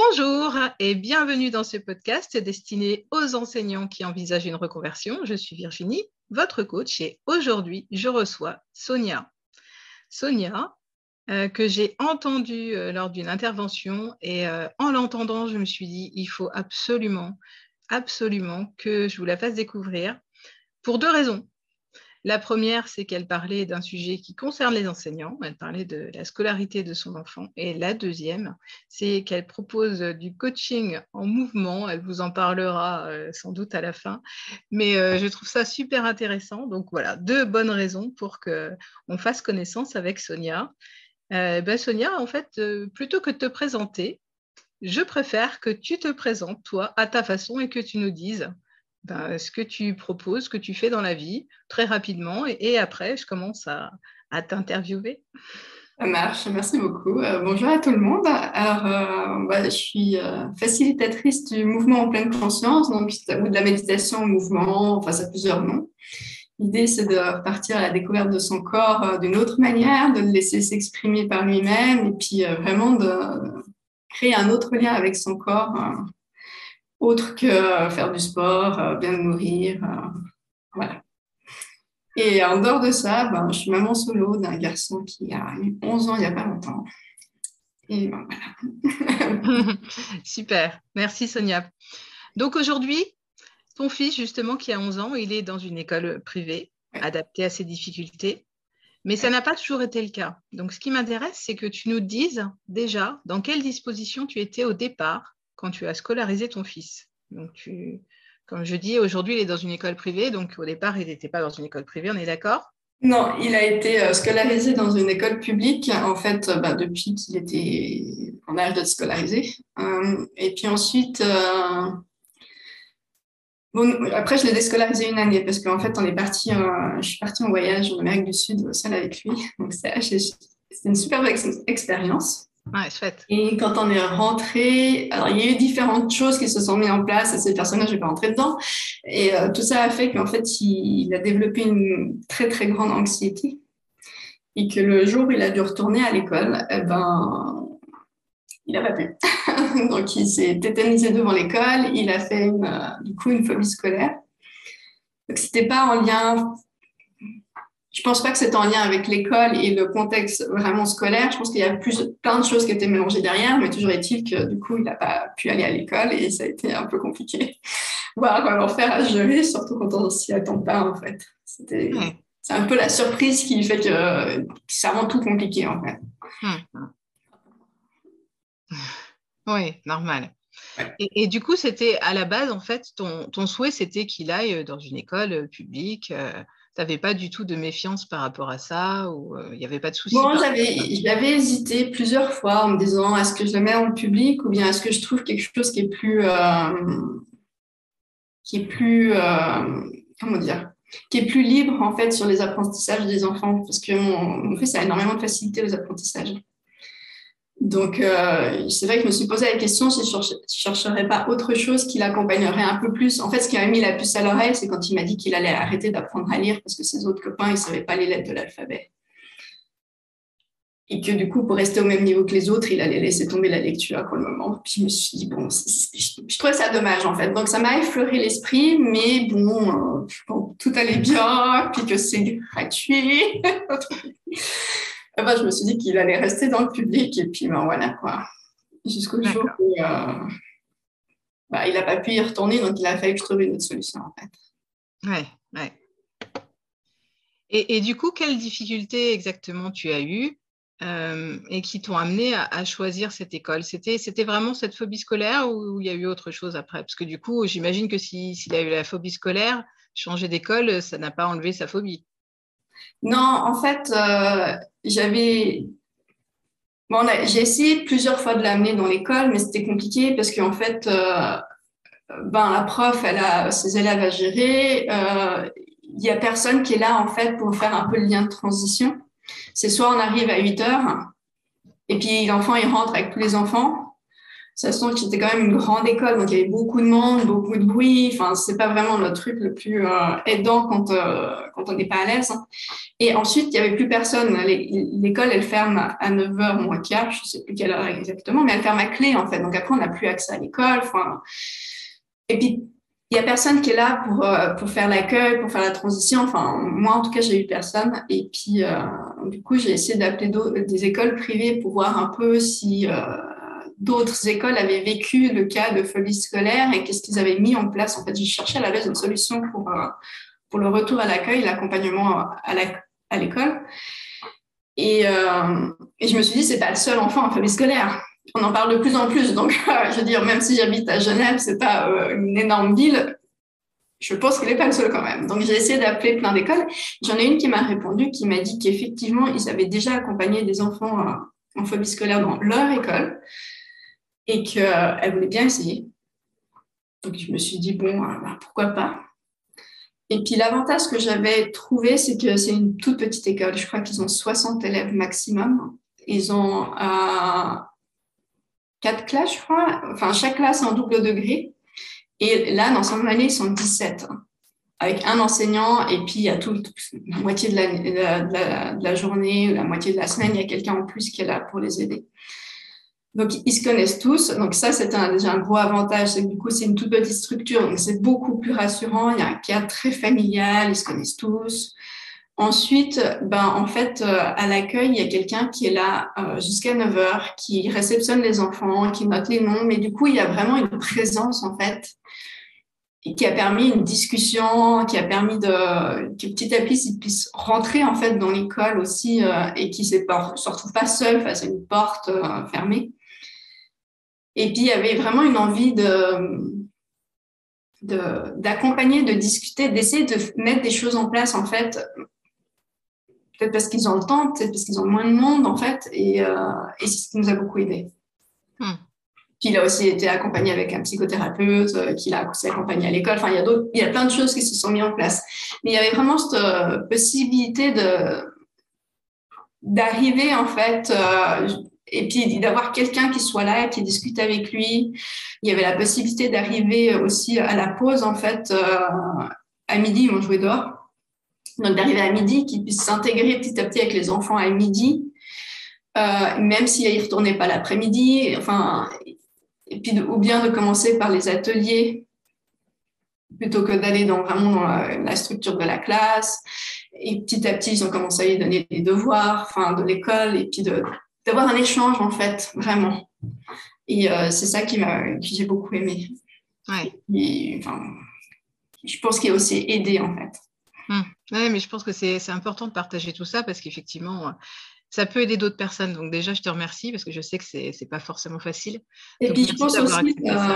Bonjour et bienvenue dans ce podcast destiné aux enseignants qui envisagent une reconversion. Je suis Virginie, votre coach, et aujourd'hui, je reçois Sonia. Sonia, que j'ai entendue lors d'une intervention et en l'entendant, je me suis dit, il faut absolument que je vous la fasse découvrir pour deux raisons. La première, c'est qu'elle parlait d'un sujet qui concerne les enseignants. Elle parlait de la scolarité de son enfant. Et la deuxième, c'est qu'elle propose du coaching en mouvement. Elle vous en parlera sans doute à la fin. Mais je trouve ça super intéressant. Donc voilà, deux bonnes raisons pour qu'on fasse connaissance avec Sonia. Sonia, en fait, plutôt que de te présenter, je préfère que tu te présentes, toi, à ta façon et que tu nous dises ce que tu proposes, ce que tu fais dans la vie, très rapidement. Et après, je commence à t'interviewer. Ça marche, merci beaucoup. Bonjour à tout le monde. Alors, je suis facilitatrice du mouvement en pleine conscience, donc, ou de la méditation au mouvement, enfin, ça a plusieurs noms. L'idée, c'est de partir à la découverte de son corps d'une autre manière, de le laisser s'exprimer par lui-même et puis vraiment de créer un autre lien avec son corps, autre que faire du sport, bien le nourrir. Voilà. Et en dehors de ça, je suis maman solo d'un garçon qui a eu 11 ans il n'y a pas longtemps. Et voilà. Super, merci Sonia. Donc aujourd'hui, ton fils, justement, qui a 11 ans, il est dans une école privée, adaptée à ses difficultés, mais ça n'a pas toujours été le cas. Donc ce qui m'intéresse, c'est que tu nous dises déjà dans quelle disposition tu étais au départ quand tu as scolarisé ton fils. Donc comme je dis, aujourd'hui, il est dans une école privée, donc au départ, il n'était pas dans une école privée, on est d'accord ? Non, il a été scolarisé dans une école publique, en fait, depuis qu'il était en âge d'être scolarisé. Et puis ensuite, après, je l'ai déscolarisé une année parce qu'en fait, je suis partie en voyage en Amérique du Sud seule avec lui. Donc, c'était une super belle expérience. Ouais, chouette. Et quand on est rentré, alors il y a eu différentes choses qui se sont mises en place à ces personnages, je vais pas rentrer dedans. Et tout ça a fait qu'en fait, il a développé une très, très grande anxiété. Et que le jour où il a dû retourner à l'école, il n'a pas pu. Donc, il s'est tétanisé devant l'école. Il a fait du coup une phobie scolaire. Donc, c'était pas en lien. Je pense pas que c'était en lien avec l'école et le contexte vraiment scolaire. Je pense qu'il y a plein de choses qui étaient mélangées derrière, mais toujours est-il que du coup, il n'a pas pu aller à l'école et ça a été un peu compliqué. Voire l'enfer à gérer, surtout quand on s'y attend pas, en fait. C'est un peu la surprise qui fait que ça rend tout compliqué, en fait. Oui, normal. Ouais. Et du coup, c'était à la base, en fait, ton souhait, c'était qu'il aille dans une école publique. Tu n'avais pas du tout de méfiance par rapport à ça, ou il n'y avait pas de souci Bon, par rapport à ça? j'avais hésité plusieurs fois en me disant est-ce que je le mets en public ou bien est-ce que je trouve quelque chose comment dire, qui est plus libre en fait sur les apprentissages des enfants parce que mon fils a énormément de facilité aux apprentissages. Donc, c'est vrai que je me suis posé la question si je ne chercherais pas autre chose qui l'accompagnerait un peu plus. En fait, ce qui m'a mis la puce à l'oreille, c'est quand il m'a dit qu'il allait arrêter d'apprendre à lire parce que ses autres copains, ils ne savaient pas les lettres de l'alphabet. Et que du coup, pour rester au même niveau que les autres, il allait laisser tomber la lecture pour le moment. Puis je me suis dit, bon, je trouvais ça dommage en fait. Donc ça m'a effleuré l'esprit, mais bon, tout allait bien, puis que c'est gratuit. Je me suis dit qu'il allait rester dans le public, et puis voilà quoi. Jusqu'au jour où il n'a pas pu y retourner, donc il a fallu que je trouve une autre solution en fait. Ouais. Et du coup, quelles difficultés exactement tu as eues et qui t'ont amené à choisir cette école? C'était vraiment cette phobie scolaire ou il y a eu autre chose après? Parce que du coup, j'imagine que s'il a eu la phobie scolaire, changer d'école, ça n'a pas enlevé sa phobie. Non, en fait, j'ai essayé plusieurs fois de l'amener dans l'école, mais c'était compliqué parce qu'en fait, la prof, elle a ses élèves à gérer. Il y a personne qui est là, en fait, pour faire un peu le lien de transition. C'est soit on arrive à 8 heures, et puis l'enfant, il rentre avec tous les enfants, ça se sent que c'était quand même une grande école, donc il y avait beaucoup de monde, beaucoup de bruit. Enfin, c'est pas vraiment le truc le plus aidant quand on n'est pas à l'aise. Hein. Et ensuite, il y avait plus personne. L'école, elle ferme à 9h moins quart, je sais plus quelle heure exactement, mais elle ferme à clé, en fait. Donc après, on n'a plus accès à l'école. Enfin, et puis, il y a personne qui est là pour faire l'accueil, pour faire la transition. Enfin, moi, en tout cas, j'ai eu personne. Et puis, du coup, j'ai essayé d'appeler des écoles privées pour voir un peu si d'autres écoles avaient vécu le cas de phobie scolaire et qu'est-ce qu'ils avaient mis en place. En fait, j'ai cherché à la base une solution pour le retour à l'accueil, l'accompagnement à l'école. Et je me suis dit, c'est pas le seul enfant en phobie scolaire. On en parle de plus en plus. Donc, je veux dire, même si j'habite à Genève, c'est pas une énorme ville, je pense qu'il n'est pas le seul quand même. Donc, j'ai essayé d'appeler plein d'écoles. J'en ai une qui m'a répondu, qui m'a dit qu'effectivement, ils avaient déjà accompagné des enfants en phobie scolaire dans leur école et qu'elle voulait bien essayer. Donc, je me suis dit, bon, pourquoi pas. Et puis, l'avantage que j'avais trouvé, c'est que c'est une toute petite école. Je crois qu'ils ont 60 élèves maximum. Ils ont 4 classes, je crois. Enfin, chaque classe est en double degré. Et là, dans son année, ils sont 17, avec un enseignant. Et puis, il y a la moitié de la journée, la moitié de la semaine, il y a quelqu'un en plus qui est là pour les aider. Donc, ils se connaissent tous. Donc, ça, c'est déjà un gros avantage. C'est que du coup, c'est une toute petite structure. Donc, c'est beaucoup plus rassurant. Il y a un cadre très familial. Ils se connaissent tous. Ensuite, en fait, à l'accueil, il y a quelqu'un qui est là jusqu'à 9h, qui réceptionne les enfants, qui note les noms. Mais du coup, il y a vraiment une présence, en fait, et qui a permis une discussion, qui a permis que petit à petit, ils puissent rentrer, en fait, dans l'école aussi et qu'ils ne se retrouvent pas seuls face à une porte fermée. Et puis, il y avait vraiment une envie d'accompagner, de discuter, d'essayer de mettre des choses en place, en fait, peut-être parce qu'ils ont le temps, peut-être parce qu'ils ont moins de monde, en fait, et c'est ce qui nous a beaucoup aidés. Puis, il a aussi été accompagné avec un psychothérapeute qui l'a aussi accompagné à l'école. Enfin, il y a plein de choses qui se sont mises en place. Mais il y avait vraiment cette possibilité d'arriver, en fait, et puis d'avoir quelqu'un qui soit là et qui discute avec lui. Il y avait la possibilité d'arriver aussi à la pause, en fait, à midi, on jouait dehors. Donc, d'arriver à midi, qu'ils puissent s'intégrer petit à petit avec les enfants à midi, même s'ils ne retournaient pas l'après-midi. Enfin, et puis, ou bien de commencer par les ateliers plutôt que d'aller vraiment dans la structure de la classe. Et petit à petit, ils ont commencé à lui donner les devoirs de l'école et puis d'avoir un échange, en fait, vraiment. Et c'est ça que j'ai beaucoup aimé. Ouais. Et, je pense qu'il a aussi aidé, en fait. Oui, mais je pense que c'est important de partager tout ça parce qu'effectivement, ça peut aider d'autres personnes. Donc déjà, je te remercie parce que je sais que c'est pas forcément facile. Et donc, puis, je pense aussi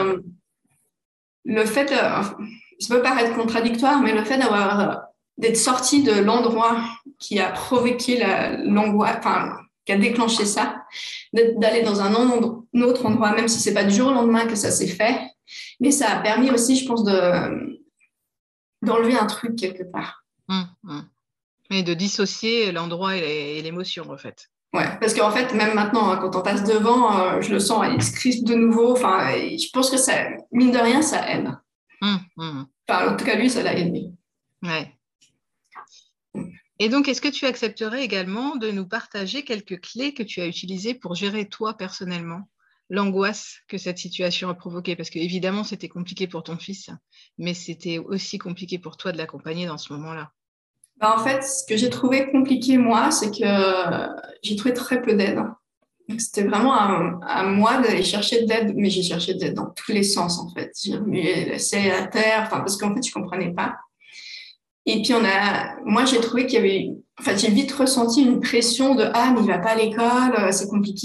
le fait, ça peut paraître contradictoire, mais le fait d'être sorti de l'endroit qui a provoqué l'angoisse, qui a déclenché ça, d'aller dans un autre endroit, même si c'est pas du jour au lendemain que ça s'est fait, mais ça a permis aussi, je pense, d'enlever un truc quelque part. Et de dissocier l'endroit et l'émotion, en fait. Ouais, parce qu'en fait, même maintenant, quand on passe devant, je le sens, il se crispe de nouveau. Je pense que ça, mine de rien, ça aide. En tout cas, lui, ça l'a aidé. Ouais. Et donc, est-ce que tu accepterais également de nous partager quelques clés que tu as utilisées pour gérer toi personnellement l'angoisse que cette situation a provoquée? Parce qu'évidemment, c'était compliqué pour ton fils, mais c'était aussi compliqué pour toi de l'accompagner dans ce moment-là. En fait, ce que j'ai trouvé compliqué, moi, c'est que j'ai trouvé très peu d'aide. Donc, c'était vraiment à moi d'aller chercher de l'aide, mais j'ai cherché de l'aide dans tous les sens, en fait. J'ai remué le ciel à terre, parce qu'en fait, je ne comprenais pas. Et puis, moi, j'ai trouvé qu'il y avait, j'ai vite ressenti une pression de « Ah, mais il ne va pas à l'école, c'est compliqué. »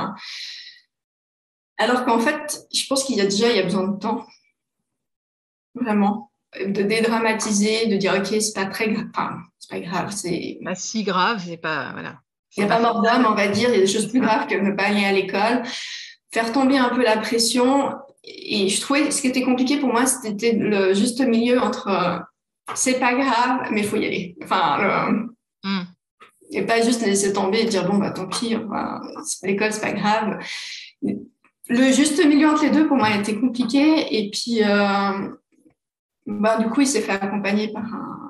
Alors qu'en fait, je pense qu'il y a besoin de temps. Vraiment. De dédramatiser, de dire « Ok, c'est pas très grave. » C'est pas grave, c'est... Pas si grave, c'est pas... Voilà. Il n'y a pas mort d'homme, on va dire. Il y a des choses plus graves que ne pas aller à l'école. Faire tomber un peu la pression. Et je trouvais, ce qui était compliqué pour moi, c'était le juste milieu entre c'est pas grave, mais il faut y aller. Et pas juste laisser tomber et dire bon, tant pis, l'école, c'est pas grave. Le juste milieu entre les deux, pour moi, a été compliqué. Et puis, du coup, il s'est fait accompagner par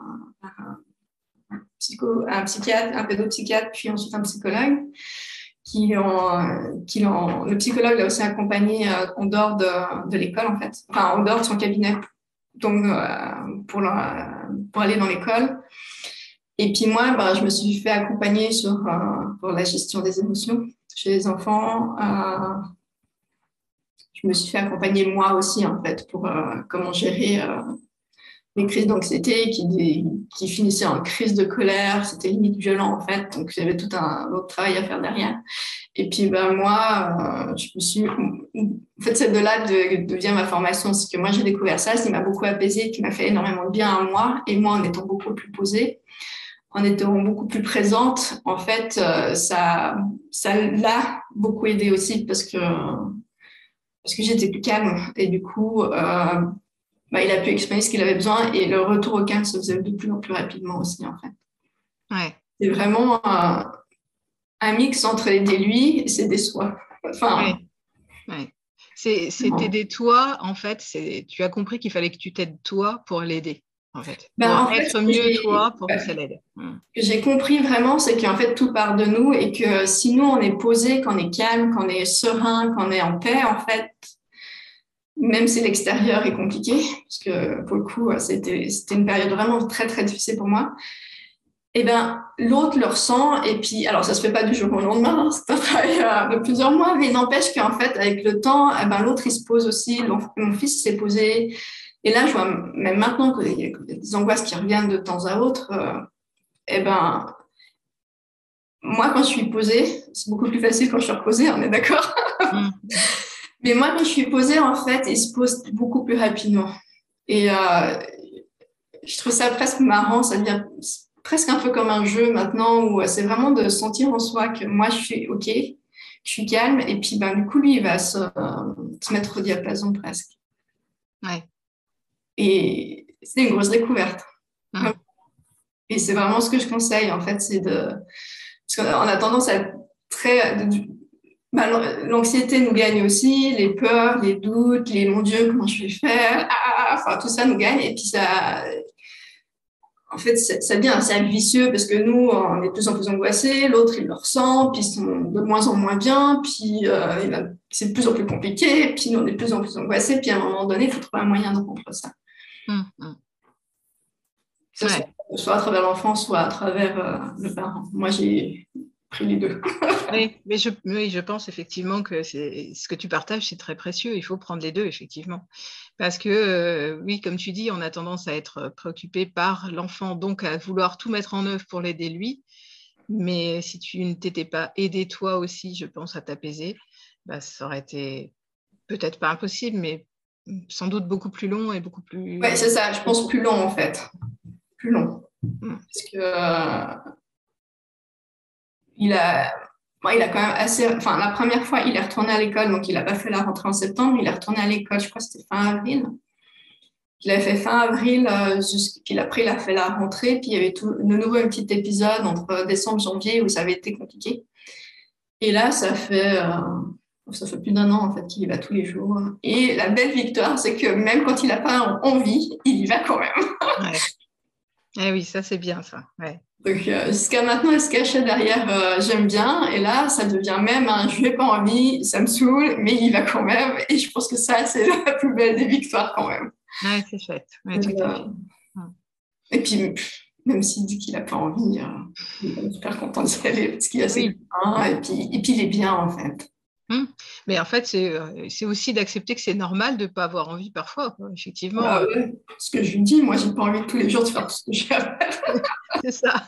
un psychiatre, un pédopsychiatre, puis ensuite un psychologue. Le psychologue l'a aussi accompagné en dehors de l'école, en fait. Enfin, en dehors de son cabinet, donc, pour aller dans l'école. Et puis moi, je me suis fait accompagner pour la gestion des émotions chez les enfants. Je me suis fait accompagner moi aussi, en fait, pour comment gérer les crises d'anxiété qui finissaient en crise de colère. C'était limite violent, en fait. Donc, il y avait tout un autre travail à faire derrière. Et puis, moi, je me suis... En fait, c'est de là vient ma formation. C'est que moi, j'ai découvert ça, qui m'a beaucoup apaisé, qui m'a fait énormément de bien à moi. Et moi, en étant beaucoup plus posée, en étant beaucoup plus présente, en fait, ça l'a beaucoup aidé aussi parce que j'étais plus calme. Et du coup, il a pu exprimer ce qu'il avait besoin et le retour au calme se faisait de plus en plus rapidement aussi, en fait. Ouais. C'est vraiment un mix entre aider lui et s'aider soi. Enfin, ouais. C'est t'aider toi, en fait. Tu as compris qu'il fallait que tu t'aides toi pour l'aider, en fait. Pour en fait, être mieux toi pour que ça l'aide. Ce que j'ai compris vraiment, c'est qu'en fait, tout part de nous et que si nous, on est posé, qu'on est calme, qu'on est serein, qu'on est en paix, en fait, même si l'extérieur est compliqué, parce que pour le coup, c'était une période vraiment très, très difficile pour moi, et l'autre le ressent. Et puis, alors, ça se fait pas du jour au lendemain, c'est un travail de plusieurs mois, mais il n'empêche qu'en fait, avec le temps, l'autre, il se pose aussi. Mon fils s'est posé. Et là, je vois même maintenant qu'il y a des angoisses qui reviennent de temps à autre. Moi, quand je suis posée, c'est beaucoup plus facile quand je suis reposée, on est d'accord. Mais moi, quand je suis posée, en fait, il se pose beaucoup plus rapidement. Et je trouve ça presque marrant, ça devient presque un peu comme un jeu maintenant, où c'est vraiment de sentir en soi que moi, je suis OK, je suis calme, et puis du coup, lui, il va se mettre au diapason presque. Ouais. Et c'est une grosse découverte. Et c'est vraiment ce que je conseille, en fait, parce qu'on a tendance à être très... l'anxiété nous gagne aussi, les peurs, les doutes, les mon Dieu, comment je vais faire, enfin tout ça nous gagne. Et puis ça, en fait, ça devient un cercle vicieux parce que nous, on est de plus en plus angoissés, l'autre il le ressent, puis ils sont de moins en moins bien, puis c'est de plus en plus compliqué, puis nous on est de plus en plus angoissés, puis à un moment donné, il faut trouver un moyen de rompre ça. Soit à travers l'enfant, soit à travers le parent. Moi, j'ai pris les deux. Oui, mais je pense effectivement que ce que tu partages, c'est très précieux. Il faut prendre les deux, effectivement. Parce que, oui, comme tu dis, on a tendance à être préoccupé par l'enfant, donc à vouloir tout mettre en œuvre pour l'aider lui. Mais si tu ne t'étais pas aidé toi aussi, je pense, à t'apaiser, ça aurait été peut-être pas impossible, mais sans doute beaucoup plus long et beaucoup plus... Oui, c'est ça. Je pense plus long, en fait. Plus long. Parce que il a quand même assez... Enfin, la première fois, il est retourné à l'école, donc il n'a pas fait la rentrée en septembre, il est retourné à l'école, je crois que c'était fin avril. Il a fait fin avril, puis après, il a fait la rentrée, puis il y avait de nouveau un petit épisode entre décembre et janvier où ça avait été compliqué. Et là, ça fait plus d'1 an, en fait, qu'il y va tous les jours. Et la belle victoire, c'est que même quand il n'a pas envie, il y va quand même. Eh oui, ça, c'est bien, ça. Ouais. Donc, jusqu'à maintenant, il se cachait derrière j'aime bien. Et là, ça devient même un je n'ai pas envie, ça me saoule, mais il va quand même. Et je pense que ça, c'est la plus belle des victoires quand même. Ouais, c'est chouette. Ouais, tout à fait. Et puis, même s'il dit qu'il n'a pas envie, il est super content d'y aller parce qu'il a ses copains. Et puis, il est bien, en fait. Mais en fait, c'est aussi d'accepter que c'est normal de ne pas avoir envie parfois, quoi, effectivement. Ouais. Ce que je lui dis, moi, j'ai pas envie tous les jours de faire tout ce que j'ai à faire. C'est ça.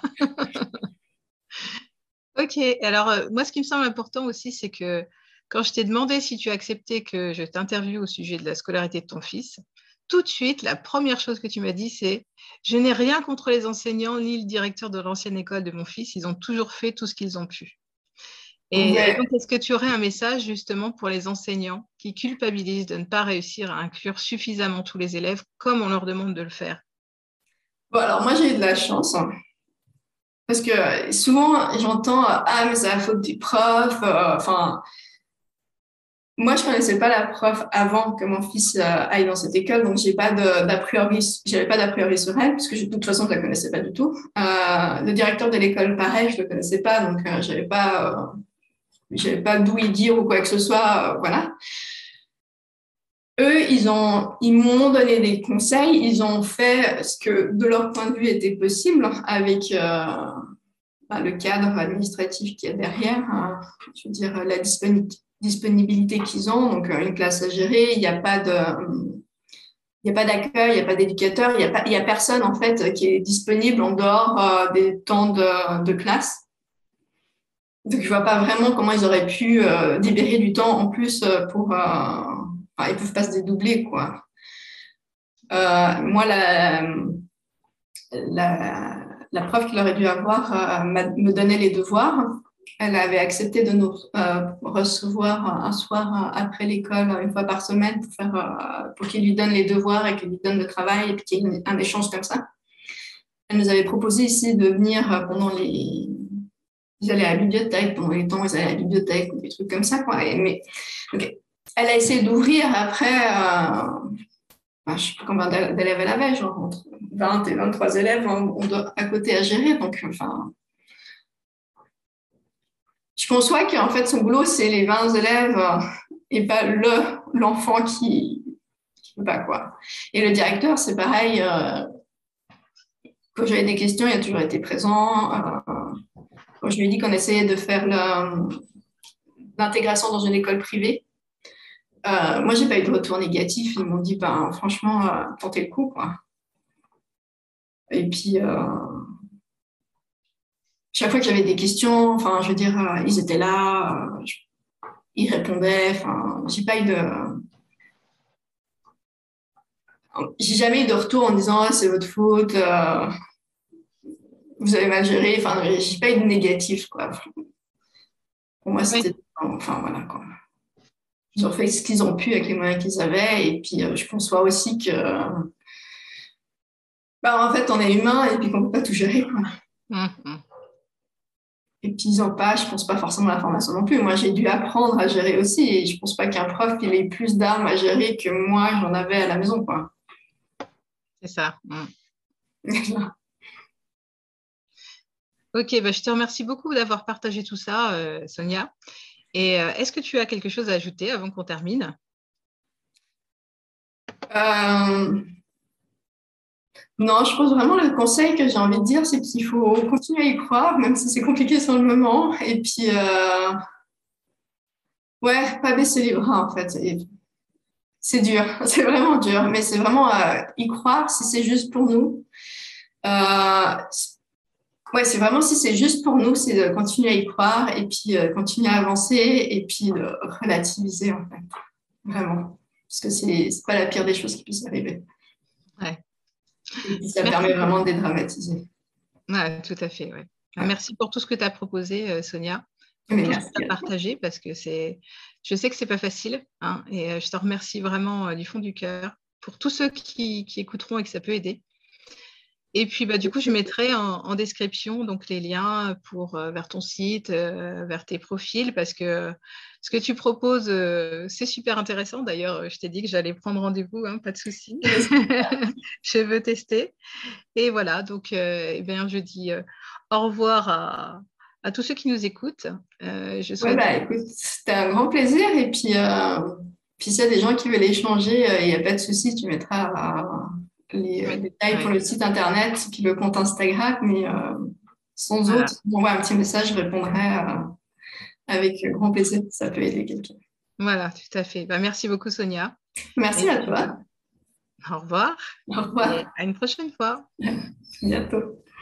Ok, alors moi, ce qui me semble important aussi, c'est que quand je t'ai demandé si tu acceptais que je t'interviewe au sujet de la scolarité de ton fils, tout de suite, la première chose que tu m'as dit, c'est « Je n'ai rien contre les enseignants ni le directeur de l'ancienne école de mon fils, ils ont toujours fait tout ce qu'ils ont pu. » Et donc, est-ce que tu aurais un message justement pour les enseignants qui culpabilisent de ne pas réussir à inclure suffisamment tous les élèves comme on leur demande de le faire? Bon, alors moi, j'ai eu de la chance. Parce que souvent, j'entends « Ah, mais c'est la faute du prof. » Enfin, moi, je ne connaissais pas la prof avant que mon fils aille dans cette école, donc j'avais pas d'a priori sur elle, puisque de toute façon, je la connaissais pas du tout. Le directeur de l'école, pareil, je le connaissais pas, donc j'avais pas d'où y dire ou quoi que ce soit, voilà. Eux, ils m'ont donné des conseils, ils ont fait ce que, de leur point de vue, était possible avec le cadre administratif qu'il y a derrière, je veux dire, la disponibilité qu'ils ont, donc une classe à gérer, il n'y a pas d'accueil, il n'y a pas d'éducateur, il y a personne en fait qui est disponible en dehors des temps de classe. Donc je vois pas vraiment comment ils auraient pu libérer du temps en plus ils peuvent pas se dédoubler quoi. Moi la prof qu'il aurait dû avoir me donnait les devoirs. Elle avait accepté de nous recevoir un soir après l'école, une fois par semaine, pour qu'il lui donne les devoirs et qu'il lui donne le travail et puis qu'il y ait un échange comme ça. Elle nous avait proposé ici de venir pendant ils allaient à la bibliothèque, pendant les temps, ils allaient à la bibliothèque ou des trucs comme ça, quoi. Donc, elle a essayé d'ouvrir après, je ne sais plus combien d'élèves elle avait, genre entre 20 et 23 élèves à côté à gérer. Donc, enfin, je conçois qu'en fait, son boulot, c'est les 20 élèves et pas l'enfant qui ne peut pas, quoi. Et le directeur, c'est pareil. Quand j'avais des questions, il a toujours été présent. Quand je lui ai dit qu'on essayait de faire l'intégration dans une école privée, moi, j'ai pas eu de retour négatif. Ils m'ont dit, ben, franchement, tentez le coup, quoi. Et puis, chaque fois que j'avais des questions, enfin, je veux dire, ils étaient là, ils répondaient. Enfin, j'ai jamais eu de retour en disant, ah, c'est votre faute, vous avez mal géré. Enfin, j'ai pas eu de négatif, quoi. Pour moi, c'était, enfin, voilà, quoi. Ils ont fait ce qu'ils ont pu avec les moyens qu'ils avaient. Et puis, je conçois aussi que, en fait, on est humain et puis qu'on ne peut pas tout gérer, quoi. Mm-hmm. Et puis, ils n'ont pas, je ne pense pas forcément la formation non plus. Moi, j'ai dû apprendre à gérer aussi. Et je ne pense pas qu'un prof, il ait plus d'armes à gérer que moi, j'en avais à la maison, quoi. C'est ça. Ok, je te remercie beaucoup d'avoir partagé tout ça, Sonia. Et est-ce que tu as quelque chose à ajouter avant qu'on termine? Non, je pense vraiment le conseil que j'ai envie de dire, c'est qu'il faut continuer à y croire, même si c'est compliqué sur le moment. Et puis, ouais, pas baisser les bras, en fait. Et c'est dur, c'est vraiment dur, mais c'est vraiment y croire si c'est juste pour nous. Ouais, c'est vraiment si c'est juste pour nous, c'est de continuer à y croire et puis continuer à avancer et puis relativiser, en fait. Vraiment. Parce que c'est pas la pire des choses qui puissent arriver. Ouais. Et puis, ça permet vraiment de dédramatiser. Ouais, tout à fait, ouais. Merci pour tout ce que tu as proposé, Sonia, pour tout ce que tu as partagé, parce que je sais que c'est pas facile, hein, et je te remercie vraiment du fond du cœur pour tous ceux qui écouteront et que ça peut aider. Et puis, du coup, je mettrai en description donc, les liens vers ton site, vers tes profils, parce que ce que tu proposes, c'est super intéressant. D'ailleurs, je t'ai dit que j'allais prendre rendez-vous, hein, pas de souci. Je veux tester. Et voilà, donc je dis au revoir à tous ceux qui nous écoutent. Je souhaite... écoute, c'était un grand plaisir. Et puis, s'il y a des gens qui veulent échanger, il n'y a pas de souci, tu mettras les détails pour le site internet, puis le compte Instagram. Mais sans autre, m'envoie un petit message, je répondrai avec grand plaisir. Ça peut aider quelqu'un. Voilà, tout à fait. Merci beaucoup, Sonia. Merci à toi. Au revoir. Au revoir. Et à une prochaine fois. À bientôt.